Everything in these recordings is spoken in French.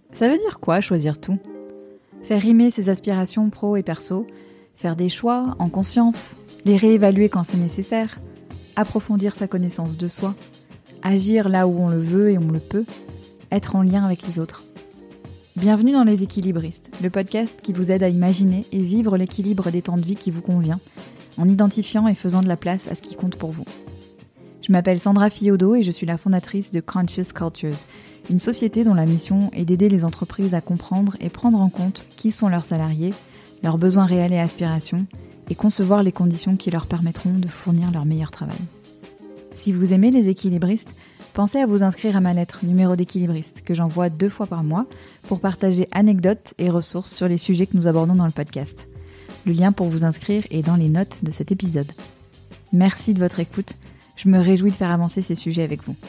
Ça veut dire quoi choisir tout ? Faire rimer ses aspirations pro et perso, faire des choix en conscience, les réévaluer quand c'est nécessaire, approfondir sa connaissance de soi, agir là où on le veut et on le peut, être en lien avec les autres. Bienvenue dans Les Équilibristes, le podcast qui vous aide à imaginer et vivre l'équilibre des temps de vie qui vous convient, en identifiant et faisant de la place à ce qui compte pour vous. Je m'appelle Sandra Fiodo et je suis la fondatrice de Conscious Cultures, une société dont la mission est d'aider les entreprises à comprendre et prendre en compte qui sont leurs salariés, leurs besoins réels et aspirations, et concevoir les conditions qui leur permettront de fournir leur meilleur travail. Si vous aimez les équilibristes, pensez à vous inscrire à ma lettre numéro d'équilibriste que j'envoie 2 fois par mois pour partager anecdotes et ressources sur les sujets que nous abordons dans le podcast. Le lien pour vous inscrire est dans les notes de cet épisode. Merci de votre écoute. Je me réjouis de faire avancer ces sujets avec vous.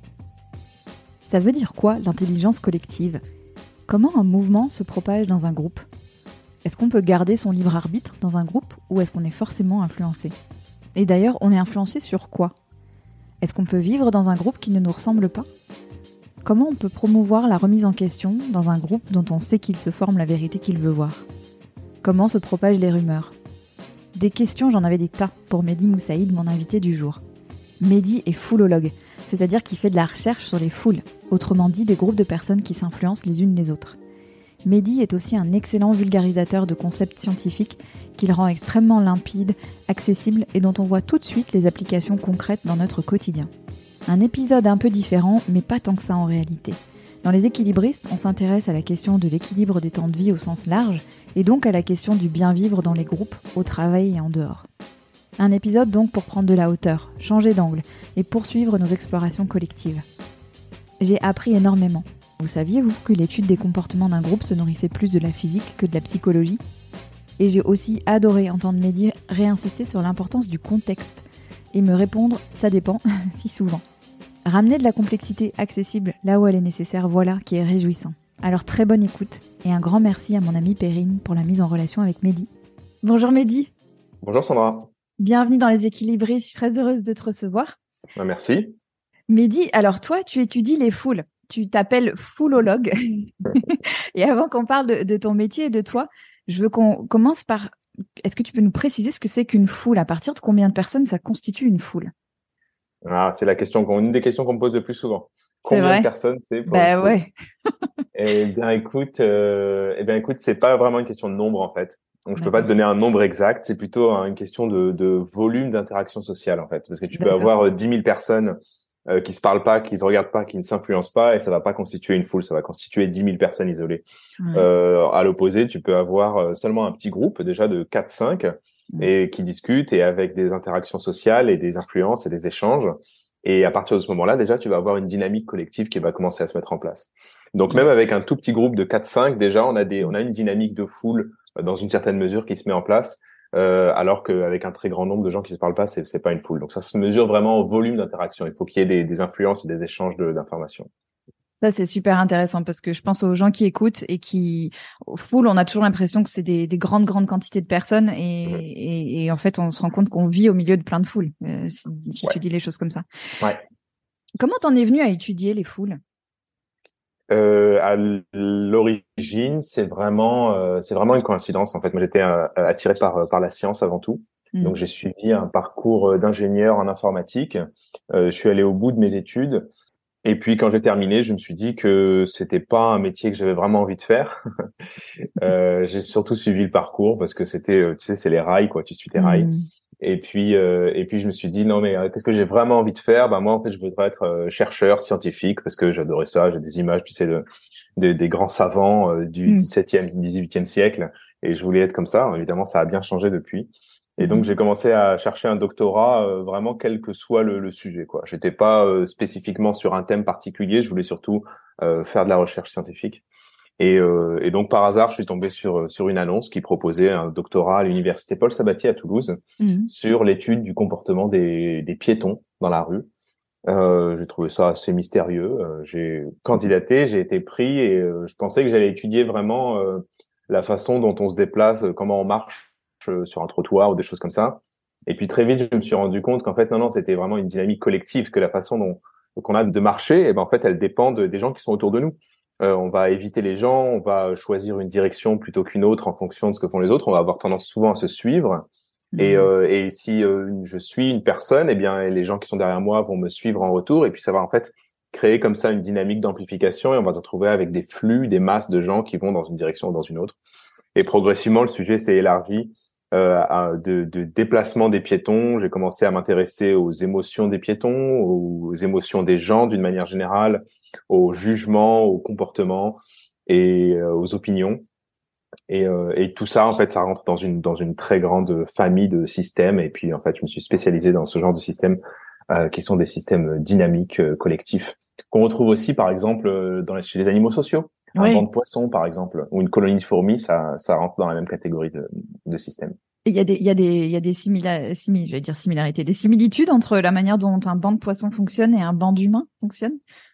Ça veut dire quoi l'intelligence collective ? Comment un mouvement se propage dans un groupe ? Est-ce qu'on peut garder son libre arbitre dans un groupe ou est-ce qu'on est forcément influencé ? Et d'ailleurs, on est influencé sur quoi ? Est-ce qu'on peut vivre dans un groupe qui ne nous ressemble pas ? Comment on peut promouvoir la remise en question dans un groupe dont on sait qu'il se forme la vérité qu'il veut voir ? Comment se propagent les rumeurs ? Des questions, j'en avais des tas pour Mehdi Moussaïd, mon invité du jour. Mehdi est foulologue, c'est-à-dire qu'il fait de la recherche sur les foules, autrement dit des groupes de personnes qui s'influencent les unes les autres. Mehdi est aussi un excellent vulgarisateur de concepts scientifiques qu'il rend extrêmement limpides, accessibles et dont on voit tout de suite les applications concrètes dans notre quotidien. Un épisode un peu différent, mais pas tant que ça en réalité. Dans Les Équilibristes, on s'intéresse à la question de l'équilibre des temps de vie au sens large, et donc à la question du bien vivre dans les groupes, au travail et en dehors. Un épisode donc pour prendre de la hauteur, changer d'angle et poursuivre nos explorations collectives. J'ai appris énormément. Vous saviez, vous, que l'étude des comportements d'un groupe se nourrissait plus de la physique que de la psychologie ? Et j'ai aussi adoré entendre Mehdi réinsister sur l'importance du contexte et me répondre « ça dépend » si souvent. Ramener de la complexité accessible là où elle est nécessaire, voilà qui est réjouissant. Alors très bonne écoute et un grand merci à mon amie Perrine pour la mise en relation avec Mehdi. Bonjour Mehdi. Bonjour Sandra. Bienvenue dans Les Équilibristes, je suis très heureuse de te recevoir. Merci. Mehdi, alors toi, tu étudies les foules. Tu t'appelles foulologue. Et avant qu'on parle de ton métier et de toi, je veux qu'on commence par... Est-ce que tu peux nous préciser ce que c'est qu'une foule ? À partir de combien de personnes ça constitue une foule ? C'est une des questions qu'on me pose le plus souvent. C'est Combien vrai ? de personnes c'est pour une foule ? Ouais. Écoute, c'est pas vraiment une question de nombre en fait. Donc je peux pas te donner un nombre exact, c'est plutôt une question de volume d'interaction sociale en fait, parce que tu peux avoir 10 000 personnes qui se parlent pas, qui se regardent pas, qui ne s'influencent pas, et ça va pas constituer une foule, ça va constituer 10 000 personnes isolées. Ouais. À l'opposé, tu peux avoir seulement un petit groupe déjà de 4-5 et qui discutent et avec des interactions sociales et des influences et des échanges. Et à partir de ce moment-là, déjà, tu vas avoir une dynamique collective qui va commencer à se mettre en place. Donc, même avec un tout petit groupe de 4-5, déjà, on a une dynamique de foule dans une certaine mesure qui se met en place, alors qu'avec un très grand nombre de gens qui se parlent pas, c'est pas une foule. Donc, ça se mesure vraiment au volume d'interaction. Il faut qu'il y ait des influences et des échanges d'informations. Ça, c'est super intéressant parce que je pense aux gens qui écoutent et qui, foule, on a toujours l'impression que c'est des grandes quantités de personnes et en fait, on se rend compte qu'on vit au milieu de plein de foules, si tu dis les choses comme ça. Ouais. Comment t'en es venu à étudier les foules ? À l'origine, c'est vraiment une coïncidence. En fait, moi, j'étais attiré par la science avant tout. Donc, j'ai suivi un parcours d'ingénieur en informatique. Je suis allé au bout de mes études. Et puis, quand j'ai terminé, je me suis dit que c'était pas un métier que j'avais vraiment envie de faire. J'ai surtout suivi le parcours parce que c'était, tu sais, c'est les rails, quoi. Tu suis tes rails. Et puis, je me suis dit, non, mais qu'est-ce que j'ai vraiment envie de faire? Moi, en fait, je voudrais être chercheur scientifique parce que j'adorais ça. J'ai des images, tu sais, des grands savants du 17e, 18e siècle. Et je voulais être comme ça. Évidemment, ça a bien changé depuis. Et donc, j'ai commencé à chercher un doctorat vraiment quel que soit le sujet, quoi. J'étais pas spécifiquement sur un thème particulier. Je voulais surtout faire de la recherche scientifique. Et donc, par hasard, je suis tombé sur une annonce qui proposait un doctorat à l'université Paul Sabatier à Toulouse sur l'étude du comportement des piétons dans la rue. J'ai trouvé ça assez mystérieux. J'ai candidaté, j'ai été pris et je pensais que j'allais étudier vraiment la façon dont on se déplace, comment on marche sur un trottoir ou des choses comme ça. Et puis très vite, je me suis rendu compte qu'en fait, non, c'était vraiment une dynamique collective, que la façon qu'on a de marcher, en fait, elle dépend des gens qui sont autour de nous. on va éviter les gens, on va choisir une direction plutôt qu'une autre en fonction de ce que font les autres. On va avoir tendance souvent à se suivre. Et si je suis une personne, eh bien les gens qui sont derrière moi vont me suivre en retour. Et puis ça va en fait créer comme ça une dynamique d'amplification et on va se retrouver avec des flux, des masses de gens qui vont dans une direction ou dans une autre. Et progressivement, le sujet s'est élargi de déplacement des piétons. J'ai commencé à m'intéresser aux émotions des piétons, aux émotions des gens d'une manière générale, aux jugements, aux comportements et aux opinions. Et tout ça, en fait, ça rentre dans une très grande famille de systèmes. Et puis, en fait, je me suis spécialisé dans ce genre de systèmes qui sont des systèmes dynamiques, collectifs, qu'on retrouve aussi, par exemple, chez les animaux sociaux. Un banc de poissons, par exemple, ou une colonie de fourmis, ça rentre dans la même catégorie de systèmes. Il y a des similarités, des similitudes entre la manière dont un banc de poissons fonctionne et un banc d'humains fonctionne.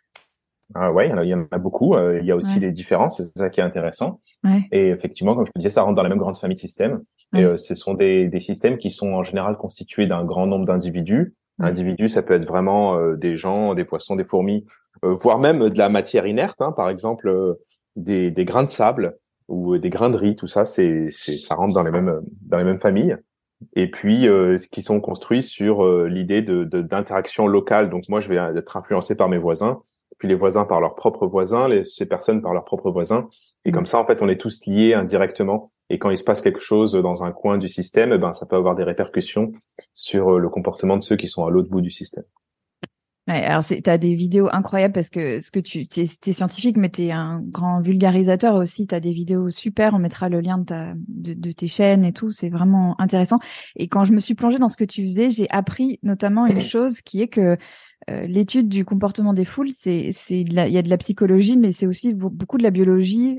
Ouais, il y en a beaucoup. Il y a aussi des différences, c'est ça qui est intéressant. Et effectivement, comme je te disais, ça rentre dans la même grande famille de systèmes. Et ce sont des systèmes qui sont en général constitués d'un grand nombre d'individus. Individus, ça peut être vraiment des gens, des poissons, des fourmis, voire même de la matière inerte, hein, par exemple des grains de sable ou des grains de riz. Tout ça, ça rentre dans les mêmes familles. Et puis, qui sont construits sur l'idée d'interaction locale. Donc moi, je vais être influencé par mes voisins, puis les voisins par leurs propres voisins, ces personnes par leurs propres voisins. Et comme ça, en fait, on est tous liés indirectement. Et quand il se passe quelque chose dans un coin du système, eh ben, ça peut avoir des répercussions sur le comportement de ceux qui sont à l'autre bout du système. Ouais, alors t'as des vidéos incroyables parce que t'es scientifique, mais t'es un grand vulgarisateur aussi. T'as des vidéos super. On mettra le lien de tes chaînes et tout. C'est vraiment intéressant. Et quand je me suis plongée dans ce que tu faisais, j'ai appris notamment une chose qui est que l'étude du comportement des foules, il y a de la psychologie, mais c'est aussi beaucoup de la biologie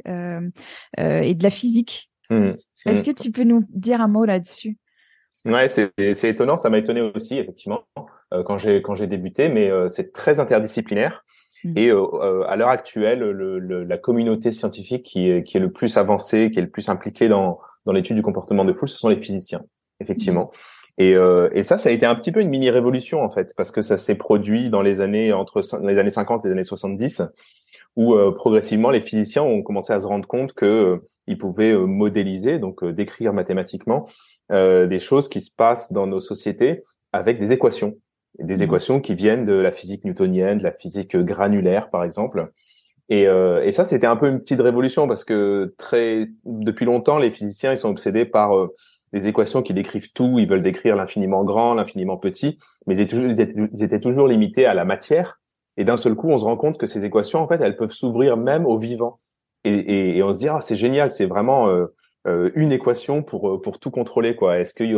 et de la physique. Est-ce que tu peux nous dire un mot là-dessus? Ouais, c'est étonnant. Ça m'a étonné aussi, effectivement, quand j'ai débuté, mais c'est très interdisciplinaire. Et à l'heure actuelle, la communauté scientifique qui est le plus avancée, qui est le plus impliquée dans l'étude du comportement de foule, ce sont les physiciens, effectivement. Et ça a été un petit peu une mini révolution en fait, parce que ça s'est produit dans les années entre les années 50 et les années 70, où progressivement les physiciens ont commencé à se rendre compte que ils pouvaient modéliser, donc décrire mathématiquement des choses qui se passent dans nos sociétés avec des équations. Des équations qui viennent de la physique newtonienne, de la physique granulaire, par exemple. Et ça, c'était un peu une petite révolution parce que depuis longtemps, les physiciens, ils sont obsédés par les équations qui décrivent tout. Ils veulent décrire l'infiniment grand, l'infiniment petit, mais ils étaient toujours limités à la matière. Et d'un seul coup, on se rend compte que ces équations, en fait, elles peuvent s'ouvrir même aux vivants. Et on se dit, ah, c'est génial, c'est vraiment une équation pour tout contrôler, quoi. Est-ce qu'il y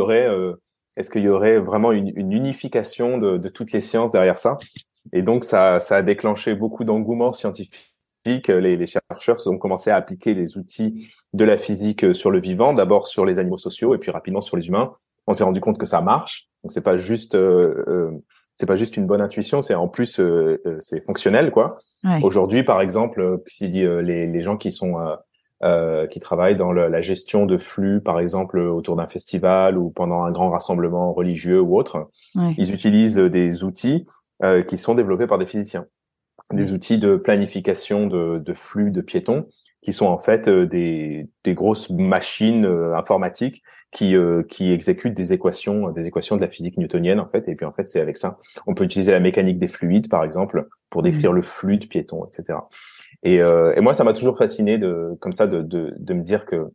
aurait vraiment une unification de toutes les sciences derrière ça? Et donc, ça a déclenché beaucoup d'engouement scientifique. Les chercheurs ont commencé à appliquer les outils de la physique sur le vivant, d'abord sur les animaux sociaux et puis rapidement sur les humains. On s'est rendu compte que ça marche. Donc, c'est pas juste une bonne intuition, c'est en plus c'est fonctionnel, quoi. Ouais. Aujourd'hui, par exemple, si les gens qui travaillent dans la gestion de flux, par exemple autour d'un festival ou pendant un grand rassemblement religieux ou autre, ils utilisent des outils qui sont développés par des physiciens, des outils de planification de flux de piétons qui sont en fait des grosses machines informatiques qui exécutent des équations de la physique newtonienne en fait. Et puis en fait, c'est avec ça, on peut utiliser la mécanique des fluides par exemple pour décrire le flux de piétons, etc. Et moi, ça m'a toujours fasciné de me dire que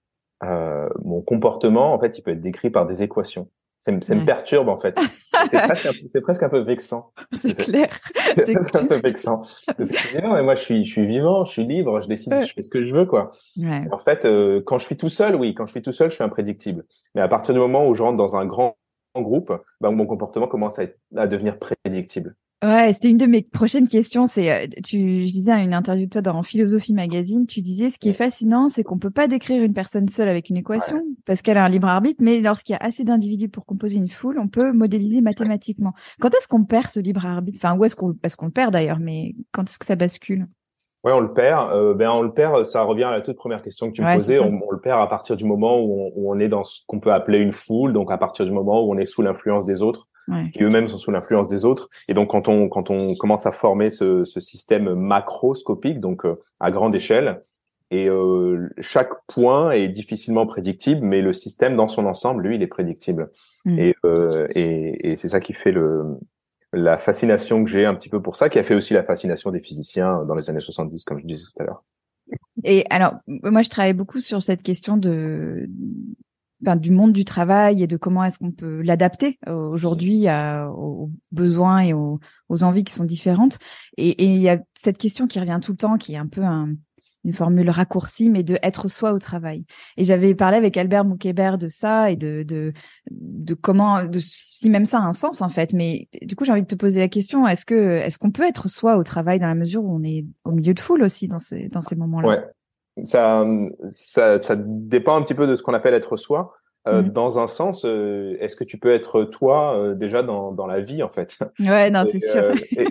mon comportement, en fait, il peut être décrit par des équations. Ça me perturbe, en fait. C'est presque un peu vexant. C'est clair. C'est presque un peu vexant. Parce que non, mais moi, je suis vivant, je suis libre, je décide, je fais ce que je veux, quoi. Ouais. En fait, quand je suis tout seul, je suis imprédictible. Mais à partir du moment où je rentre dans un grand groupe, mon comportement commence à devenir prédictible. Ouais, c'était une de mes prochaines questions. Je disais à une interview de toi dans Philosophie Magazine, tu disais ce qui est fascinant, c'est qu'on peut pas décrire une personne seule avec une équation parce qu'elle a un libre arbitre, mais lorsqu'il y a assez d'individus pour composer une foule, on peut modéliser mathématiquement. Quand est-ce qu'on perd ce libre arbitre? Enfin, où est-ce qu'on le perd d'ailleurs, mais quand est-ce que ça bascule? Ouais, on le perd. On le perd. Ça revient à la toute première question que tu me posais. On le perd à partir du moment où on est dans ce qu'on peut appeler une foule, donc à partir du moment où on est sous l'influence des autres. qui eux-mêmes sont sous l'influence des autres. Et donc, quand on commence à former ce système macroscopique, donc à grande échelle, et chaque point est difficilement prédictible, mais le système dans son ensemble, lui, il est prédictible. Et c'est ça qui fait la fascination que j'ai un petit peu pour ça, qui a fait aussi la fascination des physiciens dans les années 70, comme je disais tout à l'heure. Et alors, moi, je travaille beaucoup sur cette question du monde du travail et de comment est-ce qu'on peut l'adapter aujourd'hui aux besoins et aux envies qui sont différentes. Et il y a cette question qui revient tout le temps, qui est un peu une formule raccourcie, mais de être soi au travail. Et j'avais parlé avec Albert Moukébert de ça et de comment, si même ça a un sens en fait. Mais du coup, j'ai envie de te poser la question, est-ce qu'on peut être soi au travail dans la mesure où on est au milieu de foule aussi dans ces moments-là? Ouais. Ça dépend un petit peu de ce qu'on appelle être soi. Dans un sens, est-ce que tu peux être toi déjà dans la vie en fait? Ouais, non, c'est sûr.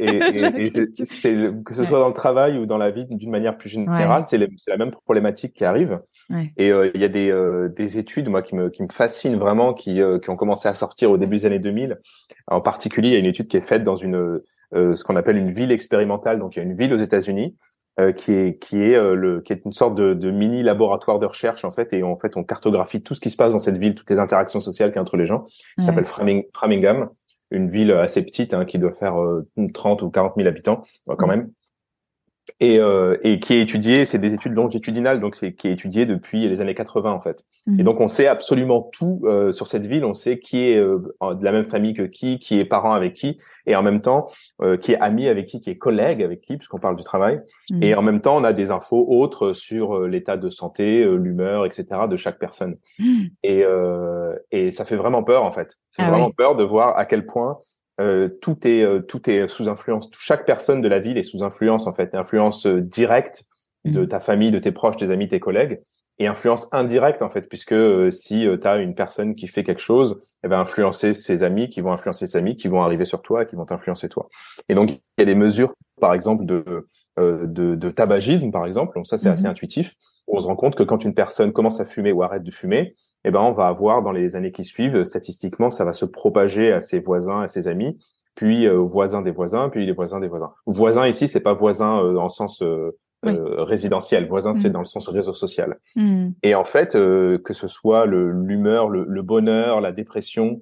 Que ce soit dans le travail ou dans la vie d'une manière plus générale, c'est la même problématique qui arrive. Et il y a des études moi qui me fascinent vraiment, qui ont commencé à sortir au début des années 2000. En particulier, il y a une étude qui est faite dans ce qu'on appelle une ville expérimentale. Donc il y a une ville aux États-Unis qui est une sorte de mini laboratoire de recherche en fait, et en fait on cartographie tout ce qui se passe dans cette ville, toutes les interactions sociales qu'il y a entre les gens. Ça s'appelle Framingham, une ville assez petite qui doit faire 30 ou 40 000 habitants quand même. Et qui est étudié, c'est des études longitudinales, donc qui est étudié depuis les années 80 en fait. Et donc on sait absolument tout sur cette ville, on sait qui est de la même famille que qui est parent avec qui, et en même temps qui est ami avec qui est collègue avec qui, puisqu'on parle du travail. Et en même temps on a des infos autres sur l'état de santé, l'humeur, etc. de chaque personne. Et ça fait vraiment peur en fait. C'est vraiment peur de voir à quel point tout est sous influence. Chaque personne de la ville est sous influence en fait, influence directe de ta famille, de tes proches, tes amis, tes collègues, et influence indirecte en fait, puisque si tu as une personne qui fait quelque chose, elle va influencer ses amis, qui vont influencer ses amis, qui vont arriver sur toi, et qui vont t'influencer toi. Et donc il y a des mesures, par exemple de tabagisme, par exemple. Donc ça c'est assez intuitif. On se rend compte que quand une personne commence à fumer ou arrête de fumer, eh ben on va avoir dans les années qui suivent, statistiquement, ça va se propager à ses voisins, à ses amis, puis aux voisins des voisins, puis les voisins des voisins. Voisin ici, c'est pas voisin dans le sens résidentiel. Voisin, c'est dans le sens réseau social. Et en fait, que ce soit l'humeur, le bonheur, la dépression,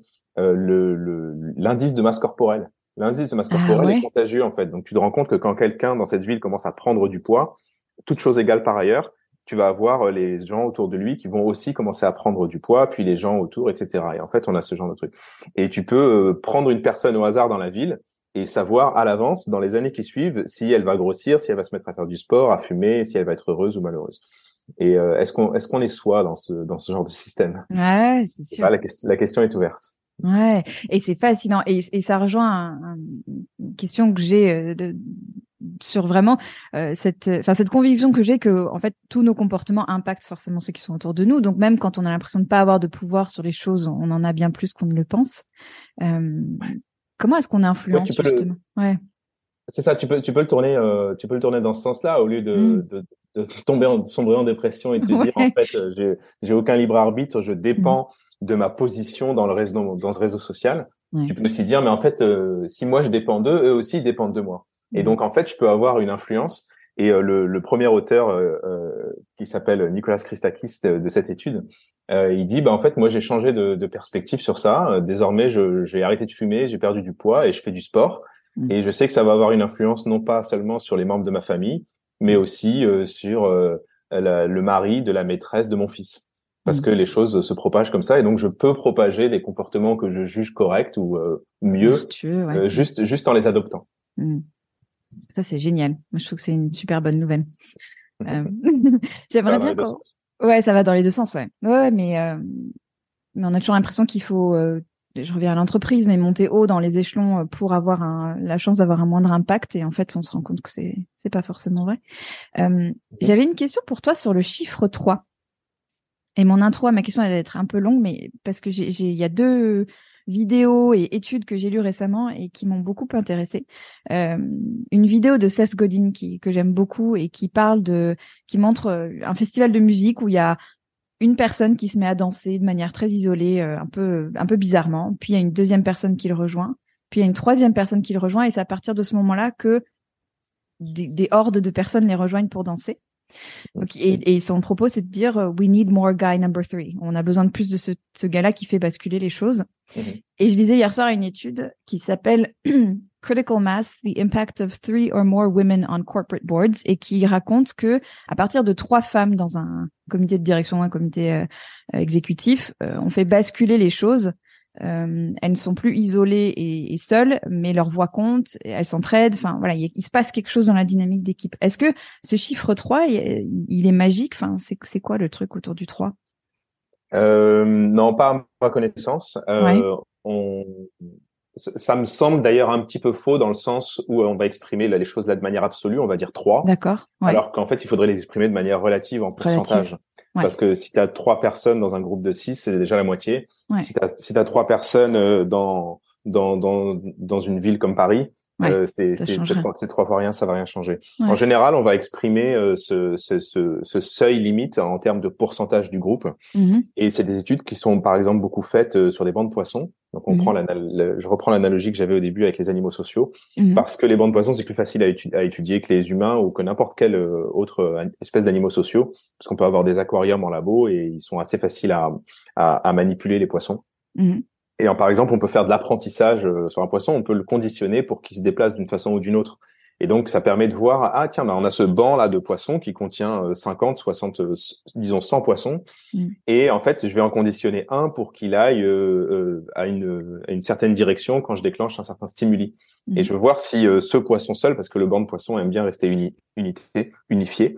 l'indice de masse corporelle. L'indice de masse corporelle est contagieux en fait. Donc tu te rends compte que quand quelqu'un dans cette ville commence à prendre du poids, toute chose égale par ailleurs, tu vas avoir les gens autour de lui qui vont aussi commencer à prendre du poids, puis les gens autour, etc. Et en fait, on a ce genre de truc. Et tu peux prendre une personne au hasard dans la ville et savoir à l'avance, dans les années qui suivent, si elle va grossir, si elle va se mettre à faire du sport, à fumer, si elle va être heureuse ou malheureuse. Et est-ce qu'on est soi dans ce genre de système? Ouais, c'est sûr. La question est ouverte. Ouais, et c'est fascinant. Et ça rejoint une question que j'ai sur vraiment cette conviction que j'ai que en fait tous nos comportements impactent forcément ceux qui sont autour de nous. Donc même quand on a l'impression de pas avoir de pouvoir sur les choses, on en a bien plus qu'on ne le pense. Comment est-ce qu'on influence justement? C'est ça. Tu peux le tourner. Tu peux le tourner dans ce sens-là au lieu de sombrer en dépression et de te dire en fait j'ai aucun libre arbitre, je dépends de ma position dans ce réseau social. Tu peux aussi dire mais en fait si moi je dépends d'eux, eux aussi ils dépendent de moi. Et donc en fait je peux avoir une influence. Et le premier auteur qui s'appelle Nicolas Christakis de cette étude, il dit en fait moi j'ai changé de perspective sur ça. Désormais j'ai arrêté de fumer, j'ai perdu du poids et je fais du sport. Et je sais que ça va avoir une influence non pas seulement sur les membres de ma famille, mais aussi sur le mari de la maîtresse de mon fils. Parce que les choses se propagent comme ça, et donc je peux propager des comportements que je juge corrects ou mieux, juste en les adoptant. Ça c'est génial. Moi je trouve que c'est une super bonne nouvelle. J'aimerais bien ça va dans les deux sens, mais on a toujours l'impression qu'il faut je reviens à l'entreprise, mais monter haut dans les échelons pour avoir la chance d'avoir un moindre impact. Et en fait, on se rend compte que c'est pas forcément vrai. J'avais une question pour toi sur le chiffre 3. Et mon intro à ma question, elle va être un peu longue, mais parce que il y a 2 vidéos et études que j'ai lues récemment et qui m'ont beaucoup intéressée. Une vidéo de Seth Godin que j'aime beaucoup et qui montre un festival de musique où il y a une personne qui se met à danser de manière très isolée, un peu bizarrement. Puis il y a une deuxième personne qui le rejoint. Puis il y a une troisième personne qui le rejoint. Et c'est à partir de ce moment-là que des hordes de personnes les rejoignent pour danser. Donc, et son propos, c'est de dire we need more guy number three. On a besoin de plus de ce gars-là qui fait basculer les choses. Et je lisais hier soir une étude qui s'appelle Critical Mass: The Impact of Three or More Women on Corporate Boards, et qui raconte que à partir de 3 femmes dans un comité de direction, un comité exécutif, on fait basculer les choses. Elles ne sont plus isolées et seules, mais leur voix compte, elles s'entraident. Enfin voilà, il se passe quelque chose dans la dynamique d'équipe. Est-ce que ce chiffre 3, il est magique? Enfin, c'est quoi le truc autour du 3? Non, pas à ma connaissance. Ouais. Ça me semble d'ailleurs un petit peu faux dans le sens où on va exprimer les choses là de manière absolue, on va dire 3. D'accord. Ouais. Alors qu'en fait, il faudrait les exprimer de manière relative en pourcentage. Ouais. Parce que si tu as 3 personnes dans un groupe de 6, c'est déjà la moitié. Ouais. Si t'as 3 personnes dans une ville comme Paris, c'est 3 fois rien, ça va rien changer. Ouais. En général, on va exprimer ce seuil limite en termes de pourcentage du groupe. Et c'est des études qui sont par exemple beaucoup faites sur des bancs de poissons. Donc on prend je reprends l'analogie que j'avais au début avec les animaux sociaux, parce que les bancs de poissons, c'est plus facile à étudier que les humains ou que n'importe quelle autre espèce d'animaux sociaux, parce qu'on peut avoir des aquariums en labo et ils sont assez faciles à manipuler, les poissons. Et par exemple, on peut faire de l'apprentissage sur un poisson, on peut le conditionner pour qu'il se déplace d'une façon ou d'une autre. Et donc, ça permet de voir, ah tiens, on a ce banc là de poissons qui contient 50, 60, disons 100 poissons. Et en fait, je vais en conditionner un pour qu'il aille à une certaine direction quand je déclenche un certain stimuli. Et je veux voir si ce poisson seul, parce que le banc de poissons aime bien rester unifié,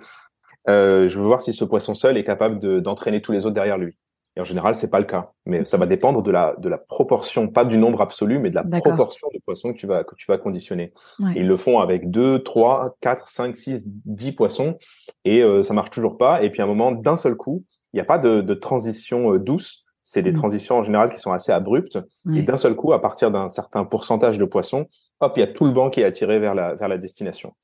je veux voir si ce poisson seul est capable d'entraîner tous les autres derrière lui. Et en général, c'est pas le cas. Mais ça va dépendre de la proportion, pas du nombre absolu, mais de la proportion de poissons que tu vas conditionner. Ouais. Et ils le font avec 2, 3, 4, 5, 6, 10 poissons. Et ça marche toujours pas. Et puis à un moment, d'un seul coup, il n'y a pas de transition douce. C'est des transitions en général qui sont assez abruptes. Et d'un seul coup, à partir d'un certain pourcentage de poissons, hop, il y a tout le banc qui est attiré vers la destination.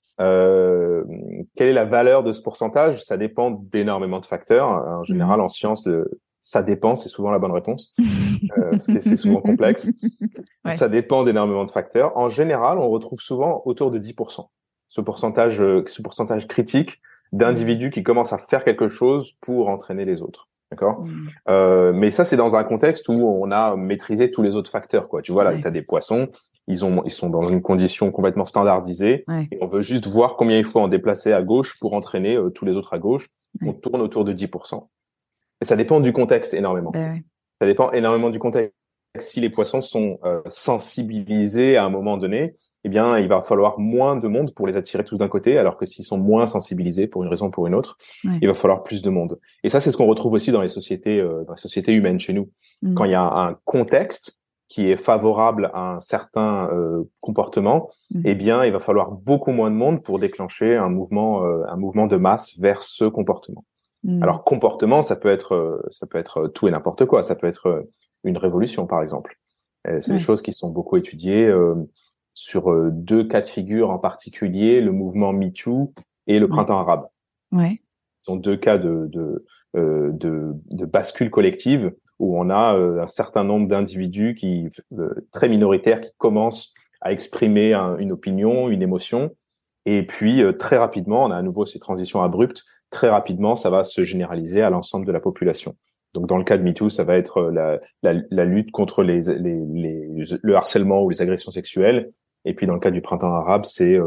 Quelle est la valeur de ce pourcentage? Ça dépend d'énormément de facteurs. En général, en sciences, ça dépend, c'est souvent la bonne réponse, parce que c'est souvent complexe. Ça dépend d'énormément de facteurs. En général, on retrouve souvent autour de 10%. Ce pourcentage critique d'individus qui commencent à faire quelque chose pour entraîner les autres. D'accord? Mais ça, c'est dans un contexte où on a maîtrisé tous les autres facteurs, quoi. Tu vois, là, t'as des poissons, ils sont dans une condition complètement standardisée, et on veut juste voir combien il faut en déplacer à gauche pour entraîner tous les autres à gauche. On tourne autour de 10%. Et ça dépend du contexte énormément. Ça dépend énormément du contexte. Si les poissons sont sensibilisés à un moment donné, eh bien, il va falloir moins de monde pour les attirer tous d'un côté, alors que s'ils sont moins sensibilisés pour une raison ou pour une autre, il va falloir plus de monde. Et ça, c'est ce qu'on retrouve aussi dans les sociétés humaines chez nous. Quand il y a un contexte qui est favorable à un certain comportement, eh bien, il va falloir beaucoup moins de monde pour déclencher un mouvement de masse vers ce comportement. Alors, comportement, ça peut être tout et n'importe quoi. Ça peut être une révolution, par exemple. C'est des choses qui sont beaucoup étudiées sur 2 cas de figure en particulier, le mouvement MeToo et le printemps arabe. Ce sont 2 cas de bascule collective où on a un certain nombre d'individus très minoritaires qui commencent à exprimer une opinion, une émotion, et puis très rapidement, on a à nouveau ces transitions abruptes. Très rapidement, ça va se généraliser à l'ensemble de la population. Donc, dans le cas de MeToo, ça va être la lutte contre le harcèlement ou les agressions sexuelles. Et puis, dans le cas du printemps arabe, c'est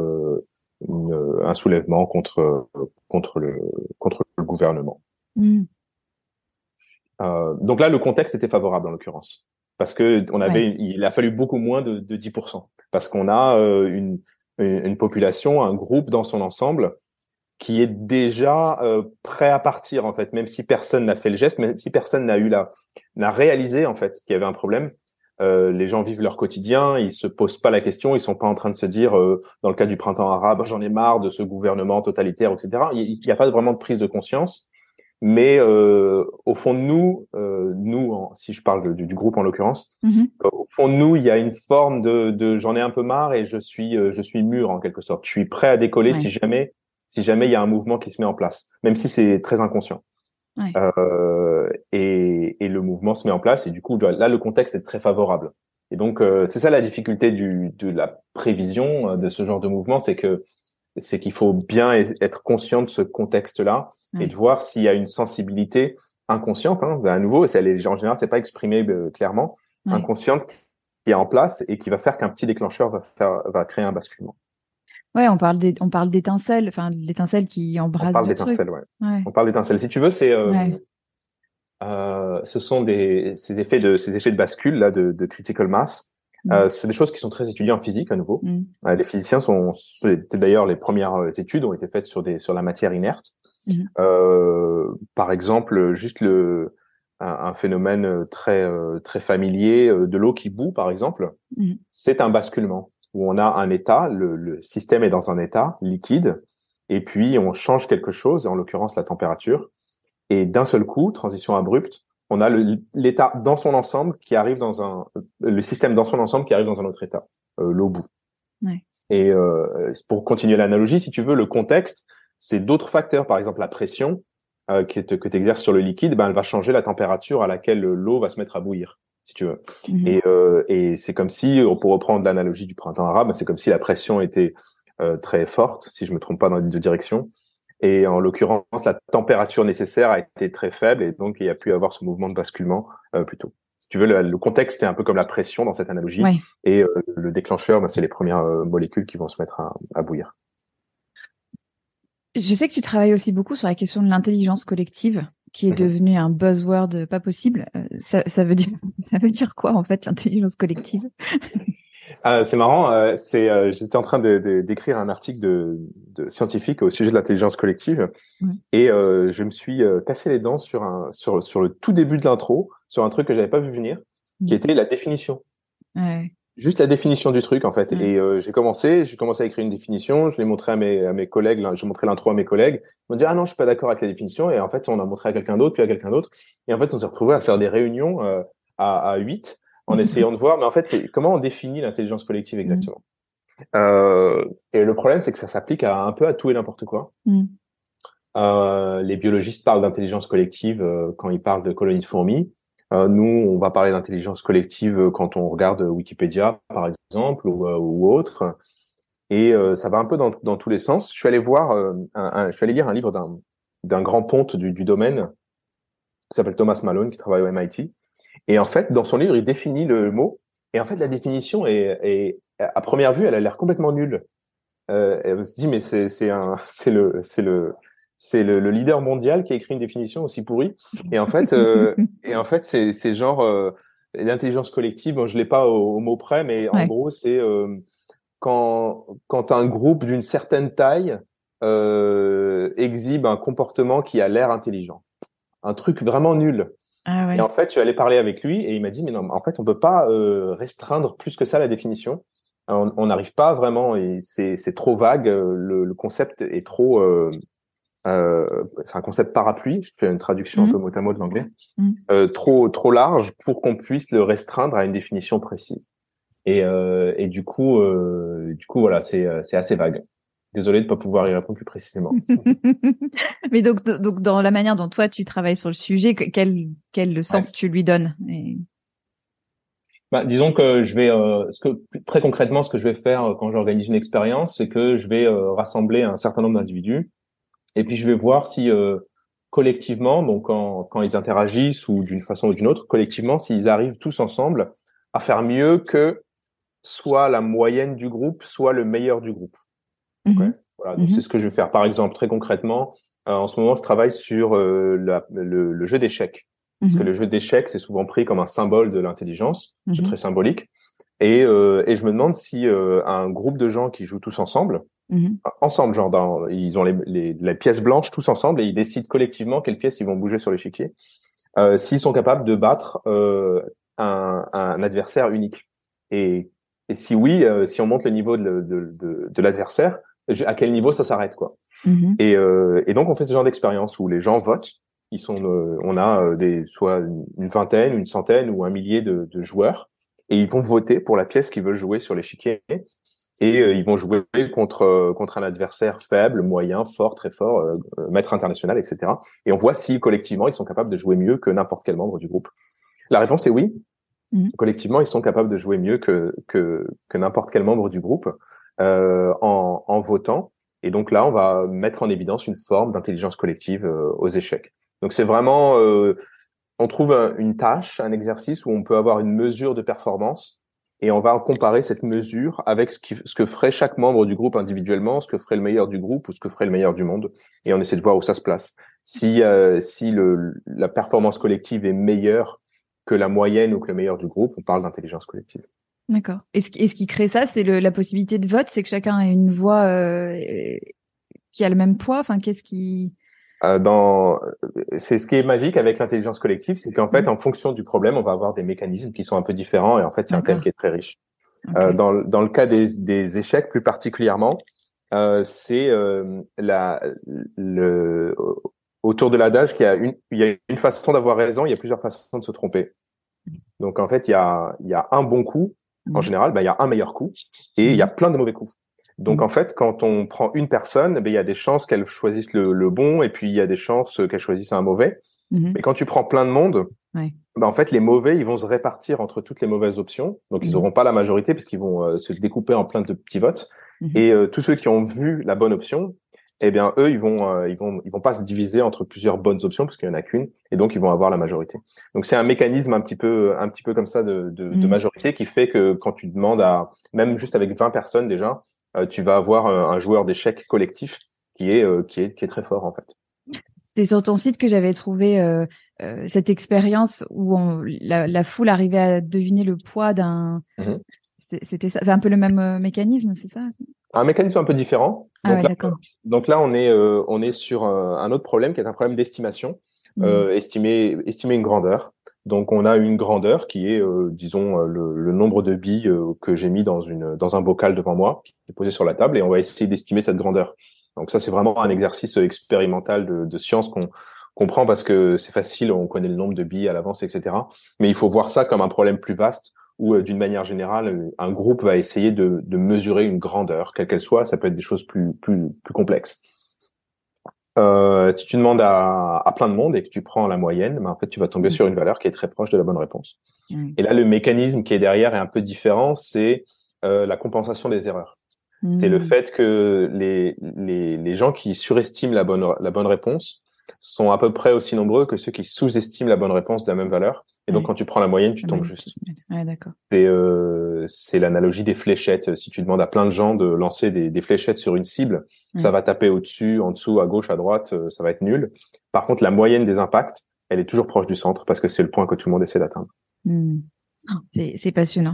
un soulèvement contre le gouvernement. Donc là, le contexte était favorable en l'occurrence, parce que il a fallu beaucoup moins de 10%, parce qu'on a une population, un groupe dans son ensemble qui est déjà prêt à partir, en fait, même si personne n'a fait le geste, même si personne n'a réalisé, en fait, qu'il y avait un problème. Les gens vivent leur quotidien, ils se posent pas la question, ils sont pas en train de se dire, dans le cas du printemps arabe, j'en ai marre de ce gouvernement totalitaire, etc. Il y a pas vraiment de prise de conscience, mais au fond de nous, si je parle du groupe en l'occurrence, au fond de nous, il y a une forme de j'en ai un peu marre et je suis mûr en quelque sorte. Je suis prêt à décoller si jamais il y a un mouvement qui se met en place, même si c'est très inconscient. Ouais. Et le mouvement se met en place et du coup là le contexte est très favorable. Et donc c'est ça la difficulté de la prévision de ce genre de mouvement, c'est qu'il faut bien être conscient de ce contexte-là et de voir s'il y a une sensibilité inconsciente, hein, à nouveau, en général c'est pas exprimé clairement, inconsciente qui est en place et qui va faire qu'un petit déclencheur va créer un basculement. Ouais, on parle d'étincelles, enfin l'étincelle qui embrase le truc. On parle d'étincelles. Si tu veux, ce sont ces effets de bascule là de critical mass. C'est des choses qui sont très étudiées en physique à nouveau. Les physiciens c'était d'ailleurs les premières études ont été faites sur la matière inerte. Par exemple, juste un phénomène très familier de l'eau qui bout, par exemple, c'est un basculement où on a un état, le système est dans un état liquide, et puis on change quelque chose, en l'occurrence la température, et d'un seul coup, transition abrupte, on a l'état dans son ensemble qui arrive le système dans son ensemble qui arrive dans un autre état, l'eau bout. Ouais. Et pour continuer l'analogie, si tu veux, le contexte, c'est d'autres facteurs, par exemple la pression que tu exerces sur le liquide, elle va changer la température à laquelle l'eau va se mettre à bouillir, si tu veux. Et c'est comme si, pour reprendre l'analogie du printemps arabe, c'est comme si la pression était très forte, si je me trompe pas dans les deux directions. Et en l'occurrence, la température nécessaire a été très faible et donc il y a pu avoir ce mouvement de basculement plus tôt. Si tu veux, le contexte est un peu comme la pression dans cette analogie. Et le déclencheur, c'est les premières molécules qui vont se mettre à bouillir. Je sais que tu travailles aussi beaucoup sur la question de l'intelligence collective, qui est devenue un buzzword pas possible. Ça veut dire quoi en fait l'intelligence collective? C'est marrant. J'étais en train d'écrire un article de scientifique au sujet de l'intelligence collective et je me suis cassé les dents sur le tout début de l'intro, sur un truc que j'avais pas vu venir, qui était la définition. Juste la définition du truc en fait. Et j'ai commencé à écrire une définition, je l'ai montré à mes collègues, j'ai montré l'intro à mes collègues, ils m'ont dit ah non je suis pas d'accord avec la définition, et en fait on a montré à quelqu'un d'autre puis à quelqu'un d'autre, et en fait on s'est retrouvé à faire des réunions à 8 en essayant de voir, mais en fait c'est comment on définit l'intelligence collective exactement. Et le problème c'est que ça s'applique un peu à tout et n'importe quoi. Les biologistes parlent d'intelligence collective quand ils parlent de colonies de fourmis. Nous, on va parler d'intelligence collective quand on regarde Wikipédia, par exemple, ou autre. Et ça va un peu dans tous les sens. Je suis allé voir, je suis allé lire un livre d'un grand ponte du domaine qui s'appelle Thomas Malone, qui travaille au MIT. Et en fait, dans son livre, il définit le mot. Et en fait, la définition est à première vue, elle a l'air complètement nulle. Elle se dit, mais c'est le leader mondial qui a écrit une définition aussi pourrie. Et en fait, c'est genre l'intelligence collective. Bon, je l'ai pas au mot près, mais en gros, c'est quand un groupe d'une certaine taille exhibe un comportement qui a l'air intelligent, un truc vraiment nul. Et en fait, je suis allé parler avec lui et il m'a dit, mais non, en fait, on peut pas restreindre plus que ça la définition. On n'arrive pas vraiment, et c'est trop vague. Le concept est trop. C'est un concept parapluie. Je fais une traduction un peu mot à mot de l'anglais. Trop large pour qu'on puisse le restreindre à une définition précise. Et du coup, voilà, c'est assez vague. Désolé de pas pouvoir y répondre plus précisément. Mais donc dans la manière dont toi tu travailles sur le sujet, quel sens tu lui donnes? Disons que je vais, très concrètement, ce que je vais faire quand j'organise une expérience, c'est que je vais rassembler un certain nombre d'individus, et puis je vais voir si collectivement, donc quand ils interagissent ou d'une façon ou d'une autre, collectivement, s'ils arrivent tous ensemble à faire mieux que soit la moyenne du groupe, soit le meilleur du groupe. Voilà, donc c'est ce que je vais faire. Par exemple, très concrètement, en ce moment, je travaille sur le jeu d'échecs. Parce que le jeu d'échecs, c'est souvent pris comme un symbole de l'intelligence. C'est très symbolique. Et je me demande si un groupe de gens qui jouent tous ensemble, genre ils ont les pièces blanches tous ensemble et ils décident collectivement quelles pièces ils vont bouger sur l'échiquier, s'ils sont capables de battre un adversaire unique. Et si oui, si on monte le niveau de l'adversaire, à quel niveau ça s'arrête, quoi. Et donc on fait ce genre d'expérience où les gens votent. On a soit une vingtaine, une centaine ou un millier de joueurs, et ils vont voter pour la pièce qu'ils veulent jouer sur l'échiquier. et ils vont jouer contre un adversaire faible, moyen, fort, très fort, maître international, etc. Et on voit si collectivement ils sont capables de jouer mieux que n'importe quel membre du groupe. La réponse est oui. Collectivement, ils sont capables de jouer mieux que n'importe quel membre du groupe en votant. Et donc là, on va mettre en évidence une forme d'intelligence collective aux échecs. Donc c'est vraiment, on trouve une tâche, un exercice où on peut avoir une mesure de performance et on va comparer cette mesure avec ce que ferait chaque membre du groupe individuellement, ce que ferait le meilleur du groupe ou ce que ferait le meilleur du monde. Et on essaie de voir où ça se place. Si la performance collective est meilleure que la moyenne ou que le meilleur du groupe, on parle d'intelligence collective. D'accord. Et ce qui crée ça, c'est la possibilité de vote, c'est que chacun a une voix qui a le même poids. Enfin, qu'est-ce qui... C'est ce qui est magique avec l'intelligence collective, c'est qu'en fait, en fonction du problème, on va avoir des mécanismes qui sont un peu différents. Et en fait, c'est un thème qui est très riche. Okay. Dans le cas des échecs, plus particulièrement, c'est autour de l'adage qu'il y a une façon d'avoir raison, il y a plusieurs façons de se tromper. Donc en fait, il y a un bon coup. En général, il y a un meilleur coup et il y a plein de mauvais coups. Donc en fait, quand on prend une personne, il y a des chances qu'elle choisisse le bon et puis il y a des chances qu'elle choisisse un mauvais. Mais quand tu prends plein de monde, en fait, les mauvais, ils vont se répartir entre toutes les mauvelles options. Donc ils n'auront pas la majorité puisqu'ils vont se découper en plein de petits votes. Et tous ceux qui ont vu la bonne option, eh bien eux, ils vont pas se diviser entre plusieurs bonnes options parce qu'il y en a qu'une, et donc ils vont avoir la majorité. Donc c'est un mécanisme un petit peu comme ça de majorité qui fait que quand tu demandes même juste avec 20 personnes déjà, tu vas avoir un joueur d'échecs collectif qui est très fort en fait. C'était sur ton site que j'avais trouvé cette expérience où la foule arrivait à deviner le poids d'un. C'était ça. C'est un peu le même mécanisme, c'est ça? Un mécanisme un peu différent. Donc là, on est sur un autre problème qui est un problème d'estimation, estimer une grandeur. Donc on a une grandeur qui est, disons, le nombre de billes que j'ai mis dans un bocal devant moi, qui est posé sur la table, et on va essayer d'estimer cette grandeur. Donc ça, c'est vraiment un exercice expérimental de science qu'on prend parce que c'est facile, on connaît le nombre de billes à l'avance, etc. Mais il faut voir ça comme un problème plus vaste où, d'une manière générale, un groupe va essayer de mesurer une grandeur, quelle qu'elle soit. Ça peut être des choses plus complexes. Si tu demandes à plein de monde et que tu prends la moyenne, en fait, tu vas tomber sur une valeur qui est très proche de la bonne réponse. Et là, le mécanisme qui est derrière est un peu différent, c'est la compensation des erreurs. C'est le fait que les gens qui surestiment la bonne réponse sont à peu près aussi nombreux que ceux qui sous-estiment la bonne réponse de la même valeur. Et donc, quand tu prends la moyenne, tu tombes juste. Ouais, d'accord. C'est l'analogie des fléchettes. Si tu demandes à plein de gens de lancer des fléchettes sur une cible, ça va taper au-dessus, en dessous, à gauche, à droite, ça va être nul. Par contre, la moyenne des impacts, elle est toujours proche du centre parce que c'est le point que tout le monde essaie d'atteindre. C'est passionnant.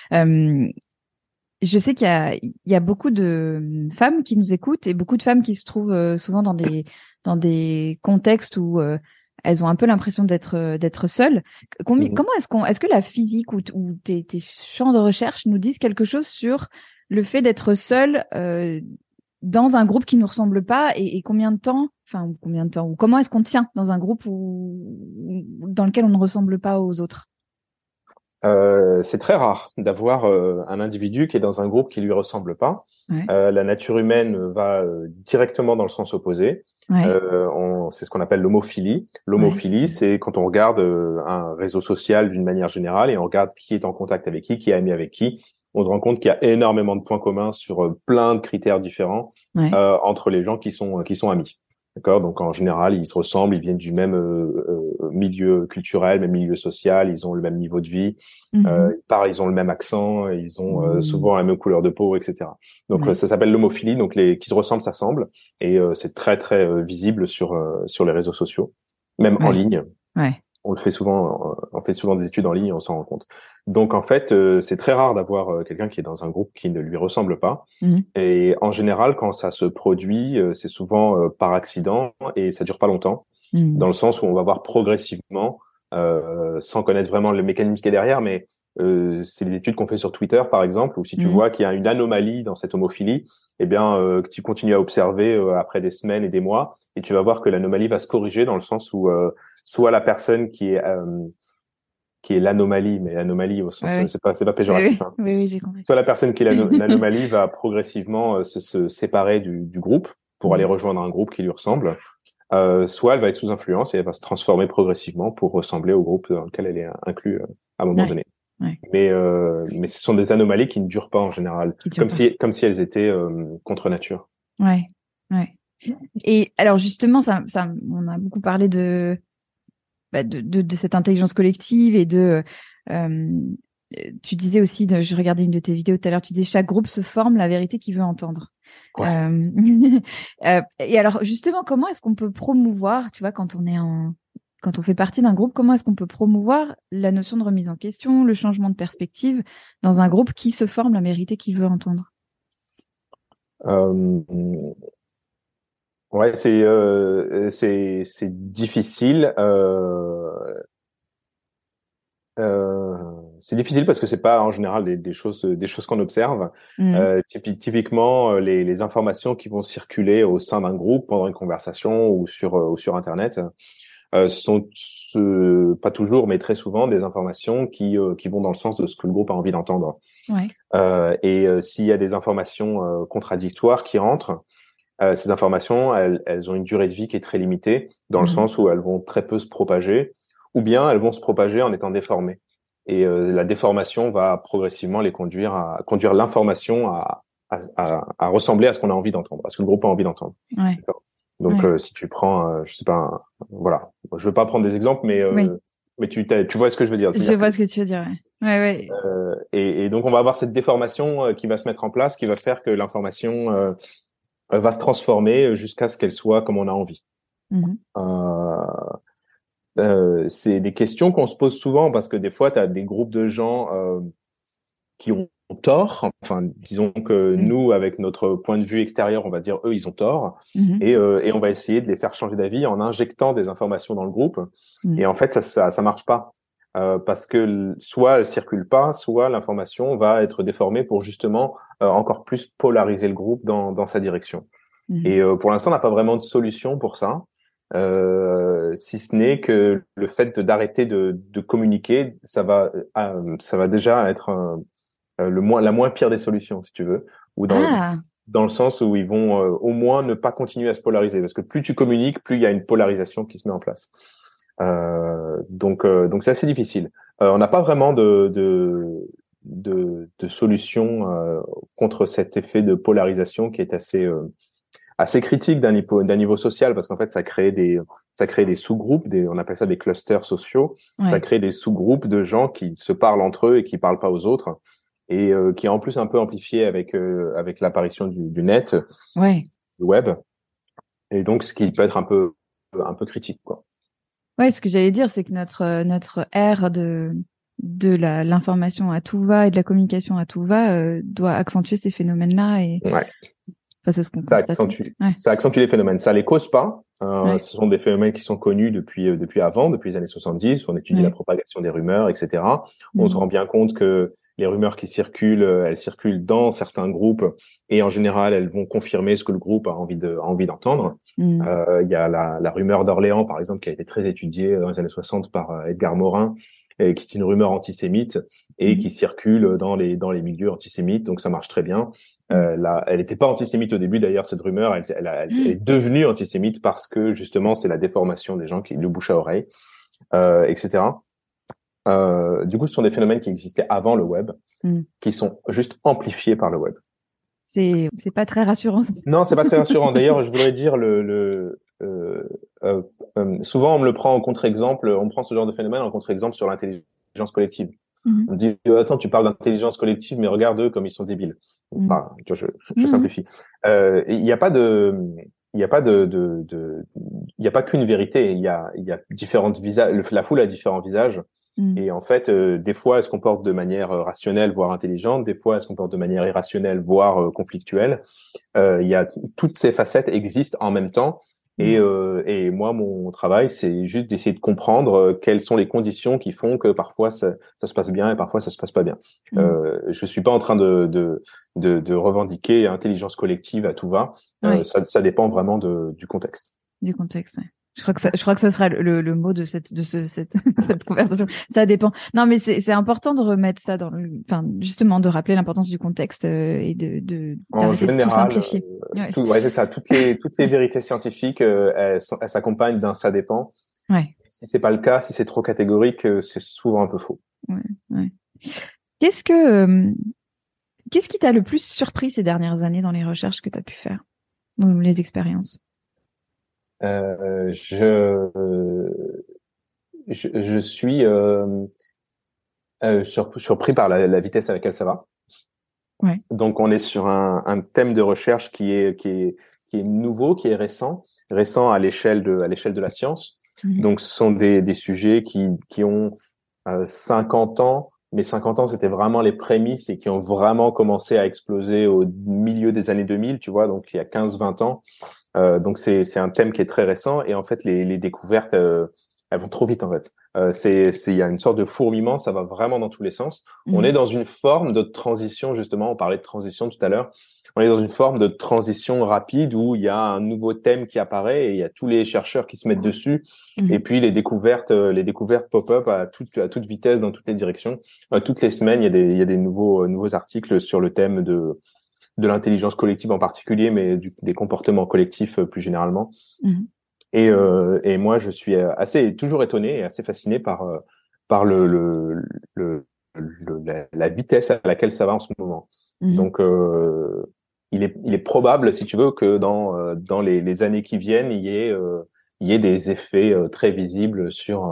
Je sais qu'il y a beaucoup de femmes qui nous écoutent et beaucoup de femmes qui se trouvent souvent dans des contextes où elles ont un peu l'impression d'être seules. Comment est-ce que la physique ou tes champs de recherche nous disent quelque chose sur le fait d'être seule dans un groupe qui nous ressemble pas et combien de temps ou comment est-ce qu'on tient dans un groupe dans lequel on ne ressemble pas aux autres? C'est très rare d'avoir un individu qui est dans un groupe qui lui ressemble pas. La nature humaine va directement dans le sens opposé. C'est ce qu'on appelle l'homophilie. L'homophilie, c'est quand on regarde un réseau social d'une manière générale et on regarde qui est en contact avec qui est ami avec qui. On se rend compte qu'il y a énormément de points communs sur plein de critères différents entre les gens qui sont amis. D'accord. Donc en général, ils se ressemblent, ils viennent du même milieu culturel, même milieu social, ils ont le même niveau de vie, ils parlent, ils ont le même accent, ils ont souvent la même couleur de peau, etc. Donc ça s'appelle l'homophilie. Donc qui se ressemblent s'assemblent et c'est très très visible sur les réseaux sociaux, même en ligne. On fait souvent des études en ligne et on s'en rend compte. Donc en fait, c'est très rare d'avoir quelqu'un qui est dans un groupe qui ne lui ressemble pas. Et en général, quand ça se produit, c'est souvent par accident et ça dure pas longtemps, dans le sens où on va voir progressivement, sans connaître vraiment le mécanisme qui est derrière, mais c'est les études qu'on fait sur Twitter, par exemple, où si tu vois qu'il y a une anomalie dans cette homophilie, eh bien, tu continues à observer après des semaines et des mois, et tu vas voir que l'anomalie va se corriger dans le sens où soit la personne qui est qui est l'anomalie, mais l'anomalie au sens, Ouais. c'est pas Oui, péjoratif, hein. oui, j'ai compris. Soit la personne qui est l'anomalie va progressivement se séparer du groupe pour aller rejoindre un groupe qui lui ressemble. Soit elle va être sous influence et elle va se transformer progressivement pour ressembler au groupe dans lequel elle est inclus à un moment Ouais. donné. Ouais. Mais ce sont des anomalies qui ne durent pas en général, Qui dure pas. comme si elles étaient contre nature. Ouais. Ouais. Et alors justement, on a beaucoup parlé de cette intelligence collective et euh, tu disais aussi, je regardais une de tes vidéos tout à l'heure, tu disais chaque groupe se forme la vérité qu'il veut entendre. Ouais. Et alors justement, comment est-ce qu'on peut promouvoir, tu vois, quand on fait partie d'un groupe, comment est-ce qu'on peut promouvoir la notion de remise en question, le changement de perspective dans un groupe qui se forme la vérité qu'il veut entendre? Euh, ouais, c'est difficile. C'est difficile parce que c'est pas en général des choses qu'on observe. Mhm. Typiquement, les informations qui vont circuler au sein d'un groupe pendant une conversation ou sur Internet, sont pas toujours, mais très souvent des informations qui vont dans le sens de ce que le groupe a envie d'entendre. Ouais. S'il y a des informations contradictoires qui rentrent, ces informations, elles ont une durée de vie qui est très limitée, dans le Mhm. sens où elles vont très peu se propager, ou bien elles vont se propager en étant déformées. Et la déformation va progressivement les conduire l'information à ressembler à ce qu'on a envie d'entendre, à ce que le groupe a envie d'entendre. Ouais. D'accord. Donc, Ouais. si tu prends, je sais pas, voilà, je veux pas prendre des exemples, Oui. mais tu vois ce que je veux dire. Je C'est-à-dire que vois ce que tu veux dire. Ouais. Ouais, ouais. et donc on va avoir cette déformation qui va se mettre en place, qui va faire que l'information va se transformer jusqu'à ce qu'elle soit comme on a envie. Mhm. Euh, c'est des questions qu'on se pose souvent parce que des fois, tu as des groupes de gens qui ont tort. Enfin, disons que Mhm. nous, avec notre point de vue extérieur, on va dire eux, ils ont tort. Mhm. Et on va essayer de les faire changer d'avis en injectant des informations dans le groupe. Et Mhm. en fait, ça marche pas. Parce que soit elle circule pas, soit l'information va être déformée pour justement encore plus polariser le groupe dans sa direction. Mhm. Et pour l'instant, on n'a pas vraiment de solution pour ça, si ce n'est que le fait d'arrêter de communiquer, ça va déjà être la moins pire des solutions, si tu veux, ou Ah, dans le sens où ils vont au moins ne pas continuer à se polariser, parce que plus tu communiques, plus il y a une polarisation qui se met en place. Donc c'est assez difficile. On n'a pas vraiment de solution contre cet effet de polarisation qui est assez critique d'un niveau social parce qu'en fait ça crée des sous-groupes, on appelle ça des clusters sociaux. Ça ouais. crée des sous-groupes de gens qui se parlent entre eux et qui parlent pas aux autres et qui est en plus un peu amplifié avec l'apparition du net, Ouais. du web, et donc ce qui peut être un peu critique, quoi. Ouais, ce que j'allais dire, c'est que notre ère l'information à tout va et de la communication à tout va doit accentuer ces phénomènes-là et Ouais. enfin, c'est ce qu'on constate. Ouais, Ça accentue les phénomènes. Ça les cause pas. ouais, Ce sont des phénomènes qui sont connus depuis avant, depuis les années 70. On étudie la ouais. propagation des rumeurs, etc. On se Mhm. rend bien compte que les rumeurs qui circulent, elles circulent dans certains groupes et en général, elles vont confirmer ce que le groupe a envie d'entendre. Mhm. Il y a la rumeur d'Orléans, par exemple, qui a été très étudiée dans les années 60 par Edgar Morin, et qui est une rumeur antisémite et Mhm. qui circule dans les milieux antisémites. Donc ça marche très bien. Elle n'était pas antisémite au début d'ailleurs, cette rumeur, elle est Mhm. devenue antisémite parce que justement c'est la déformation des gens qui le bouche à oreille, etc. Du coup, ce sont des phénomènes qui existaient avant le web, Mhm. qui sont juste amplifiés par le web. C'est pas très rassurant. Non, c'est pas très rassurant. D'ailleurs, je voudrais dire souvent on me le prend en contre-exemple, on prend ce genre de phénomène en contre-exemple sur l'intelligence collective. Mhm. On me dit, attends, tu parles d'intelligence collective, mais regarde eux comme ils sont débiles. Mhm. Bah, tu vois, je Mhm. simplifie. Il n'y a pas il y a pas il y a pas qu'une vérité. Il y a différentes visages. La foule a différents visages. Mhm. Et en fait, des fois, elle se comporte de manière rationnelle, voire intelligente. Des fois, elle se comporte de manière irrationnelle, voire conflictuelle. Il y a toutes ces facettes existent en même temps. Mhm. Et moi, mon travail, c'est juste d'essayer de comprendre quelles sont les conditions qui font que parfois ça se passe bien et parfois ça se passe pas bien. Mhm. Je suis pas en train de revendiquer intelligence collective à tout va. Ouais, Ça dépend vraiment du contexte. du contexte. Ouais. Je crois que ce sera le mot de cette conversation. Ça dépend. Non, mais c'est important de remettre ça justement, de rappeler l'importance du contexte et En d'arrêter de tout général, simplifier. Ouais. ouais, c'est ça. Toutes les vérités scientifiques, elles s'accompagnent d'un ça dépend. Ouais. Si c'est pas le cas, si c'est trop catégorique, c'est souvent un peu faux. Ouais. Ouais. Qu'est-ce que, qu'est-ce qui t'a le plus surpris ces dernières années dans les recherches que tu as pu faire, ou les expériences? Euh, je, je suis surpris par la vitesse à laquelle ça va. Ouais. Donc, on est sur un thème de recherche qui est nouveau, qui est récent à l'échelle de la science. Mhm. Donc, ce sont des sujets qui ont 50 ans, mais 50 ans, c'était vraiment les prémices et qui ont vraiment commencé à exploser au milieu des années 2000, tu vois, donc il y a 15-20 ans. Donc c'est un thème qui est très récent et en fait les découvertes elles vont trop vite en fait. Il y a une sorte de fourmillement, ça va vraiment dans tous les sens. On est Mhm. dans une forme de transition justement, on parlait de transition tout à l'heure. On est dans une forme de transition rapide où il y a un nouveau thème qui apparaît et il y a tous les chercheurs qui se mettent dessus et Mhm. puis les découvertes pop-up à toute vitesse dans toutes les directions. Toutes les semaines, il y a des nouveaux articles sur le thème de l'intelligence collective en particulier, mais des comportements collectifs plus généralement. Mhm. Et moi, je suis toujours étonné et assez fasciné par la vitesse à laquelle ça va en ce moment. Mhm. Donc, il est probable, si tu veux, que dans les années qui viennent, il y ait des effets très visibles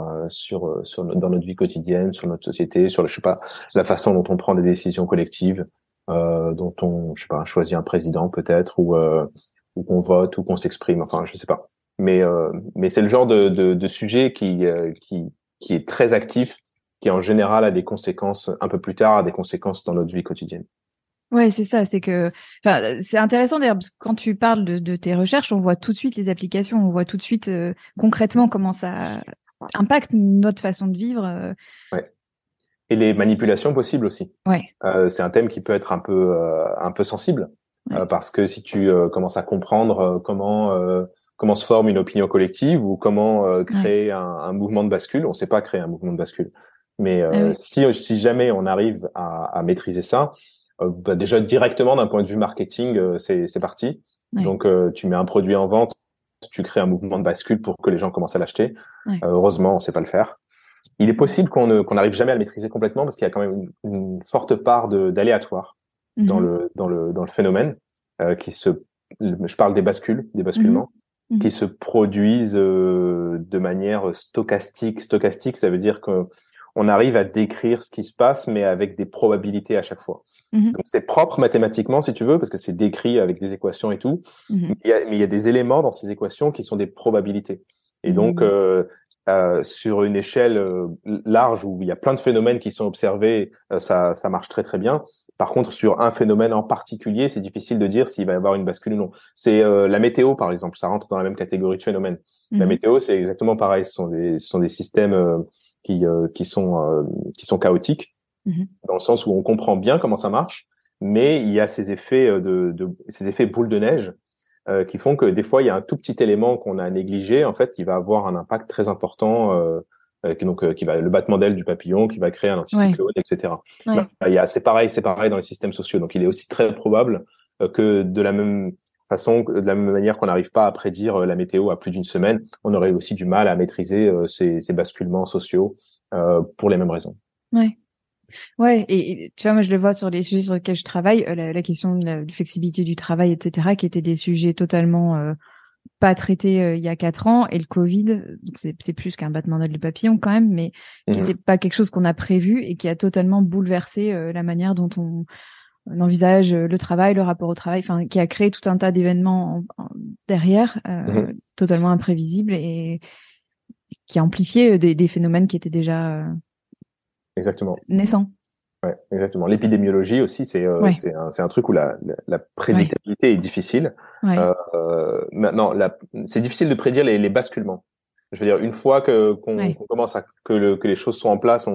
dans notre vie quotidienne, sur notre société, sur je sais pas, la façon dont on prend des décisions collectives, dont on, je sais pas, choisit un président peut-être, ou qu'on vote, ou qu'on s'exprime. Enfin, je sais pas. Mais c'est le genre de sujet qui est très actif, qui en général a des conséquences un peu plus tard, a des conséquences dans notre vie quotidienne. Ouais, c'est ça. C'est intéressant d'ailleurs parce que quand tu parles de tes recherches, on voit tout de suite les applications, on voit tout de suite concrètement comment ça impacte notre façon de vivre. Ouais. Et les manipulations possibles aussi. Ouais, C'est un thème qui peut être un peu sensible, ouais, parce que si tu commences à comprendre comment se forme une opinion collective ou comment ouais, créer un mouvement de bascule, on ne sait pas créer un mouvement de bascule. Mais ah ouais, si jamais on arrive à maîtriser ça, bah déjà directement d'un point de vue marketing, c'est parti. ouais, Donc tu mets un produit en vente, tu crées un mouvement de bascule pour que les gens commencent à l'acheter. ouais. Heureusement, on ne sait pas le faire. Il est possible qu'on n'arrive jamais à le maîtriser complètement parce qu'il y a quand même une forte part d'aléatoire Mhm. dans le phénomène je parle des Mhm. basculements qui Mhm. se produisent de manière stochastique. Stochastique, ça veut dire que on arrive à décrire ce qui se passe, mais avec des probabilités à chaque fois. Mhm. Donc c'est propre mathématiquement, si tu veux, parce que c'est décrit avec des équations et tout. Mhm. Mais il y a des éléments dans ces équations qui sont des probabilités. Et donc, Mhm. sur une échelle large où il y a plein de phénomènes qui sont observés, ça marche très très bien. Par contre, sur un phénomène en particulier, c'est difficile de dire s'il va y avoir une bascule ou non. C'est la météo, par exemple, ça rentre dans la même catégorie de phénomènes. La Mhm. météo, c'est exactement pareil. Ce sont des systèmes qui, euh, qui sont, euh, qui sont chaotiques, Mhm. dans le sens où on comprend bien comment ça marche, mais il y a ces effets ces effets boule de neige qui font que des fois il y a un tout petit élément qu'on a négligé en fait qui va avoir un impact très important qui va le battement d'aile du papillon qui va créer un Ouais, anticyclone etc. ouais. C'est pareil dans les systèmes sociaux, donc il est aussi très probable que de la même façon, de la même manière qu'on n'arrive pas à prédire la météo à plus d'une semaine, on aurait aussi du mal à maîtriser ces basculements sociaux pour les mêmes raisons. Ouais. Ouais, et tu vois, moi je le vois sur les sujets sur lesquels je travaille, la question de la flexibilité du travail, etc., qui étaient des sujets totalement pas traités il y a 4 ans, et le Covid, donc c'est plus qu'un battement d'ailes de papillon quand même, mais qui Mhm. n'était pas quelque chose qu'on a prévu et qui a totalement bouleversé la manière dont on envisage le travail, le rapport au travail, enfin, qui a créé tout un tas d'événements derrière, Mhm. totalement imprévisibles et qui a amplifié des phénomènes qui étaient déjà Exactement. naissants. Ouais, exactement. L'épidémiologie aussi, Ouais, c'est un truc où la ouais, prédictabilité est difficile. ouais, Maintenant, c'est difficile de prédire les basculements. Je veux dire, une fois ouais. qu'on commence que les choses sont en place,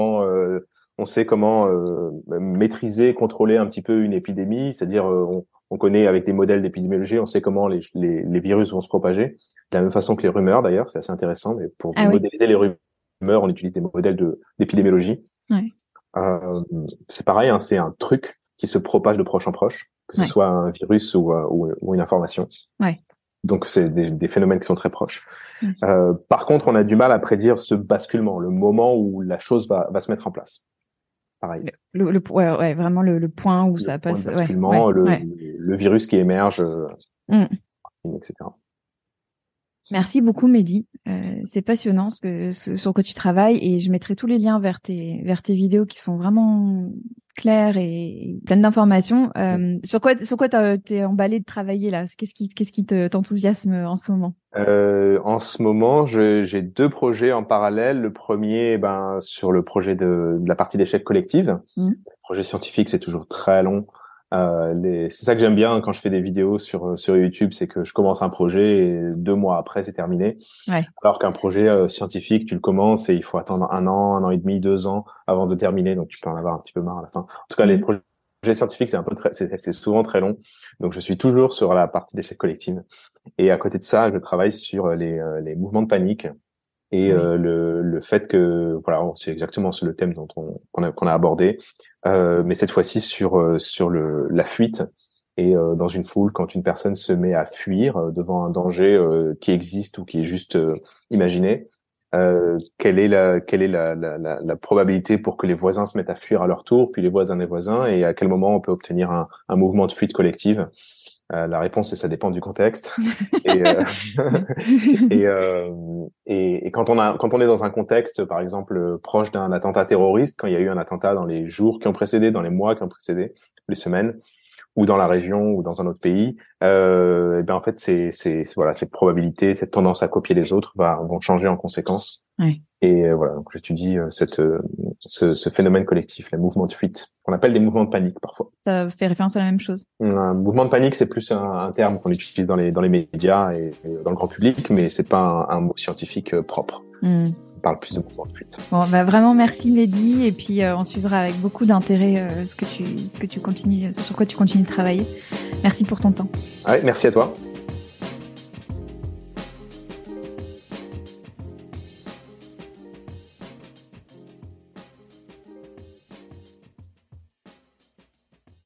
on sait comment maîtriser, contrôler un petit peu une épidémie. C'est-à-dire, On connaît avec des modèles d'épidémiologie, on sait comment les virus vont se propager. De la même façon que les rumeurs, d'ailleurs, c'est assez intéressant. Mais pour modéliser les rumeurs, on utilise des modèles d'épidémiologie. Ouais. C'est pareil, hein, c'est un truc qui se propage de proche en proche, que ce soit un virus ou une information. Ouais. Donc, c'est des phénomènes qui sont très proches. Par contre, on a du mal à prédire ce basculement, le moment où la chose va se mettre en place. Pareil. Vraiment le point où ça passe. Le basculement, le virus qui émerge, etc. Merci beaucoup, Mehdi. C'est passionnant sur quoi tu travailles, et je mettrai tous les liens vers tes vidéos qui sont vraiment claires et pleines d'informations. Sur quoi t'es emballé de travailler là? Qu'est-ce qui t'enthousiasme en ce moment? En ce moment, j'ai 2 projets en parallèle. Le premier, sur le projet de la partie d'échecs collective. Le projet scientifique, c'est toujours très long. C'est ça que j'aime bien quand je fais des vidéos sur YouTube, c'est que je commence un projet et 2 mois après, c'est terminé. Ouais. Alors qu'un projet scientifique, tu le commences et il faut attendre 1 an et demi, 2 ans avant de terminer. Donc, tu peux en avoir un petit peu marre à la fin. En tout cas, les projets scientifiques, c'est souvent très long. Donc, je suis toujours sur la partie d'échecs collectifs. Et à côté de ça, je travaille sur les mouvements de panique et le fait que, voilà, c'est exactement le thème qu'on a abordé, mais cette fois-ci sur la fuite. Et dans une foule, quand une personne se met à fuir devant un danger qui existe ou qui est juste imaginé, quelle est la probabilité pour que les voisins se mettent à fuir à leur tour, puis les voisins des voisins, et à quel moment on peut obtenir un mouvement de fuite collective? La réponse est ça dépend du contexte. Et quand on est dans un contexte, par exemple, proche d'un attentat terroriste, quand il y a eu un attentat dans les jours qui ont précédé, dans les mois qui ont précédé, les semaines, ou dans la région ou dans un autre pays, en fait, cette probabilité, cette tendance à copier les autres vont changer en conséquence. Ouais. Et voilà, donc j'étudie ce phénomène collectif, les mouvements de fuite, qu'on appelle des mouvements de panique parfois. Ça fait référence à la même chose. Un mouvement de panique, c'est plus un terme qu'on utilise dans les médias et dans le grand public, mais c'est pas un mot scientifique propre. On parle plus de mouvement de fuite. Bon, vraiment merci Mehdi, et puis on suivra avec beaucoup d'intérêt sur quoi tu continues de travailler. Merci pour ton temps. Ouais, merci à toi.